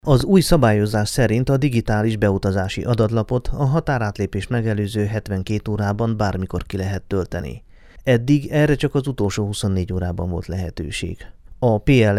Az új szabályozás szerint a digitális beutazási adatlapot a határátlépést megelőző 72 órában bármikor ki lehet tölteni. Eddig erre csak az utolsó 24 órában volt lehetőség. A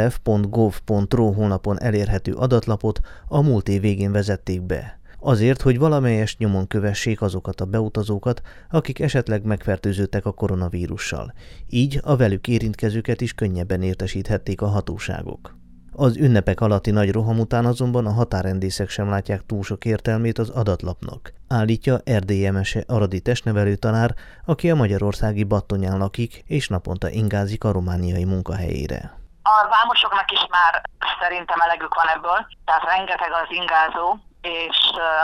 plf.gov.ro honlapon elérhető adatlapot a múlt év végén vezették be. Azért, hogy valamelyest nyomon kövessék azokat a beutazókat, akik esetleg megfertőződtek a koronavírussal. Így a velük érintkezőket is könnyebben értesíthették a hatóságok. Az ünnepek alatti nagy roham után azonban a határrendészek sem látják túl sok értelmét az adatlapnak, állítja Erdélyi Emese aradi testnevelő tanár, aki a magyarországi Battonyán lakik és naponta ingázik a romániai munkahelyére. A vámosoknak is már szerintem elegük van ebből, tehát rengeteg az ingázó, és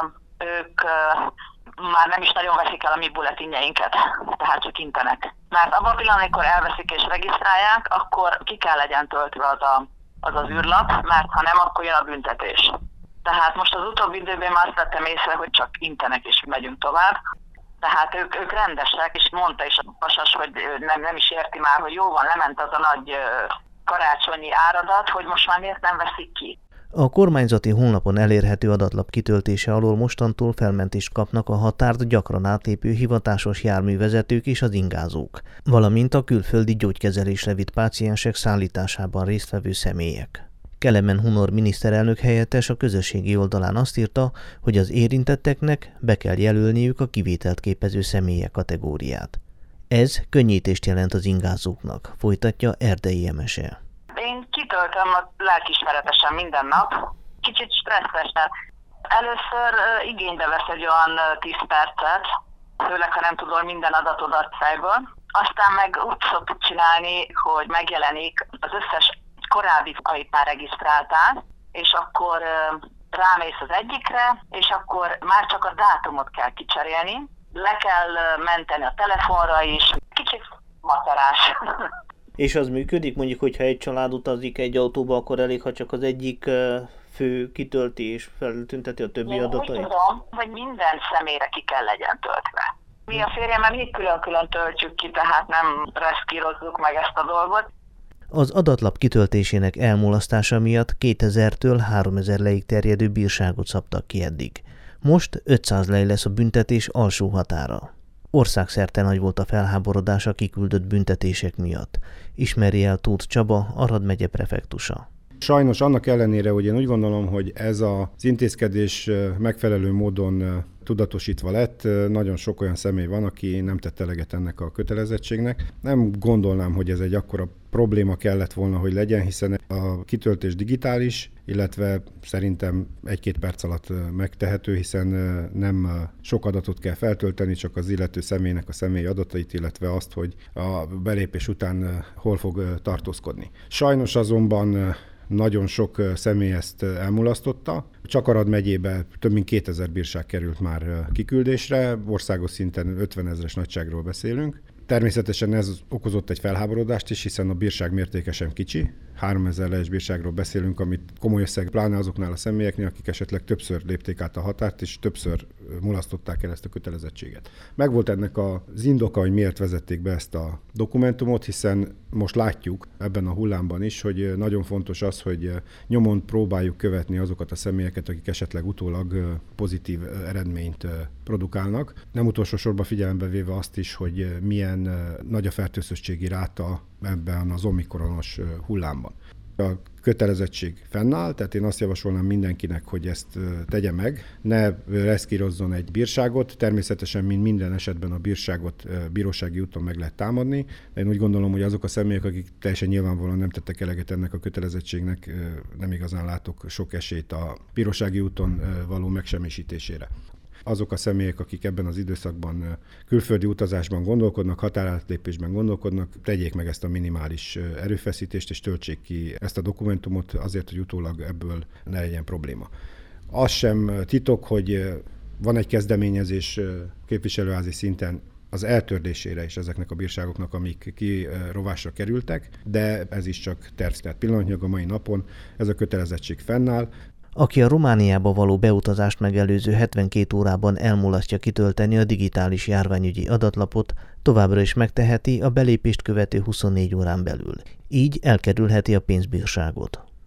ők már nem is nagyon veszik el a mi bulletinjeinket, tehát csak intenek. Mert abban a pillanatban, amikor elveszik és regisztrálják, akkor ki kell legyen töltve az űrlap, mert ha nem, akkor jön a büntetés. Tehát most az utóbbi időben már azt vettem észre, hogy csak intenek és megyünk tovább. Tehát ők rendesek, és mondta is a pasas, hogy nem is érti már, hogy jó van, lement az a nagy karácsonyi áradat, hogy most már miért nem veszik ki. A kormányzati honlapon elérhető adatlap kitöltése alól mostantól felmentést kapnak a határt gyakran átlépő hivatásos járművezetők és az ingázók, valamint a külföldi gyógykezelésre vitt páciensek szállításában résztvevő személyek. Kelemen Hunor miniszterelnök helyettes a közösségi oldalán azt írta, hogy az érintetteknek be kell jelölniük a kivételt képező személyek kategóriát. Ez könnyítést jelent az ingázóknak, folytatja Erdélyi Emese. Én kitöltöm lelkismeretesen minden nap, kicsit stresszesen. Először igénybe vesz egy olyan 10 percet, főleg ha nem tudod minden adatodat fejből. Aztán meg úgy szoktuk csinálni, hogy megjelenik az összes korábbi, amit már regisztráltál, és akkor rámész az egyikre, és akkor már csak a dátumot kell kicserélni. Le kell menteni a telefonra is. Kicsit macerás. És az működik? Mondjuk, hogyha egy család utazik egy autóba, akkor elég, ha csak az egyik fő kitölti és feltünteti a többi adatait? Úgy tudom, hogy minden személyre ki kell legyen töltve. Mi a férjemmel mindig külön-külön töltjük ki, tehát nem reszkírozzuk meg ezt a dolgot. Az adatlap kitöltésének elmulasztása miatt 2000-től 3000 leig terjedő bírságot szabtak ki eddig. Most 500 lej lesz a büntetés alsó határa. Országszerte nagy volt a felháborodás a kiküldött büntetések miatt. Ismeri el Tóth Csaba, Arad megye prefektusa. Sajnos annak ellenére, hogy én úgy gondolom, hogy ez az intézkedés megfelelő módon tudatosítva lett, nagyon sok olyan személy van, aki nem tett eleget ennek a kötelezettségnek. Nem gondolnám, hogy ez egy akkora probléma kellett volna, hogy legyen, hiszen a kitöltés digitális, illetve szerintem 1-2 perc alatt megtehető, hiszen nem sok adatot kell feltölteni, csak az illető személynek a személyi adatait, illetve azt, hogy a belépés után hol fog tartózkodni. Sajnos azonban nagyon sok személy ezt elmulasztotta. Csak Arad megyébe több mint 2000 bírság került már kiküldésre, országos szinten 50 000-es nagyságról beszélünk. Természetesen ez okozott egy felháborodást is, hiszen a bírság mértéke sem kicsi. 3000 lejes bírságról beszélünk, amit komoly összeg, pláne azoknál a személyeknél, akik esetleg többször lépték át a határt, és többször mulasztották el ezt a kötelezettséget. Megvolt ennek az indoka, hogy miért vezették be ezt a dokumentumot, hiszen most látjuk ebben a hullámban is, hogy nagyon fontos az, hogy nyomon próbáljuk követni azokat a személyeket, akik esetleg utólag pozitív eredményt produkálnak. Nem utolsó sorban figyelembe véve azt is, hogy milyen nagy a fertőzöttségi ráta ebben az omikronos hullámban. A kötelezettség fennáll, tehát én azt javasolnám mindenkinek, hogy ezt tegye meg, ne reszkírozzon egy bírságot. Természetesen, mint minden esetben a bírságot bírósági úton meg lehet támadni, de én úgy gondolom, hogy azok a személyek, akik teljesen nyilvánvalóan nem tettek eleget ennek a kötelezettségnek, nem igazán látok sok esélyt a bírósági úton való megsemmisítésére. Azok a személyek, akik ebben az időszakban külföldi utazásban gondolkodnak, határátlépésben gondolkodnak, tegyék meg ezt a minimális erőfeszítést, és töltsék ki ezt a dokumentumot azért, hogy utólag ebből ne legyen probléma. Az sem titok, hogy van egy kezdeményezés képviselőházi szinten az eltörlésére is ezeknek a bírságoknak, amik kirovásra kerültek, de ez is csak terv. Tehát pillanatnyilag a mai napon ez a kötelezettség fennáll. Aki a Romániába való beutazást megelőző 72 órában elmulasztja kitölteni a digitális járványügyi adatlapot, továbbra is megteheti a belépést követő 24 órán belül. Így elkerülheti a pénzbírságot.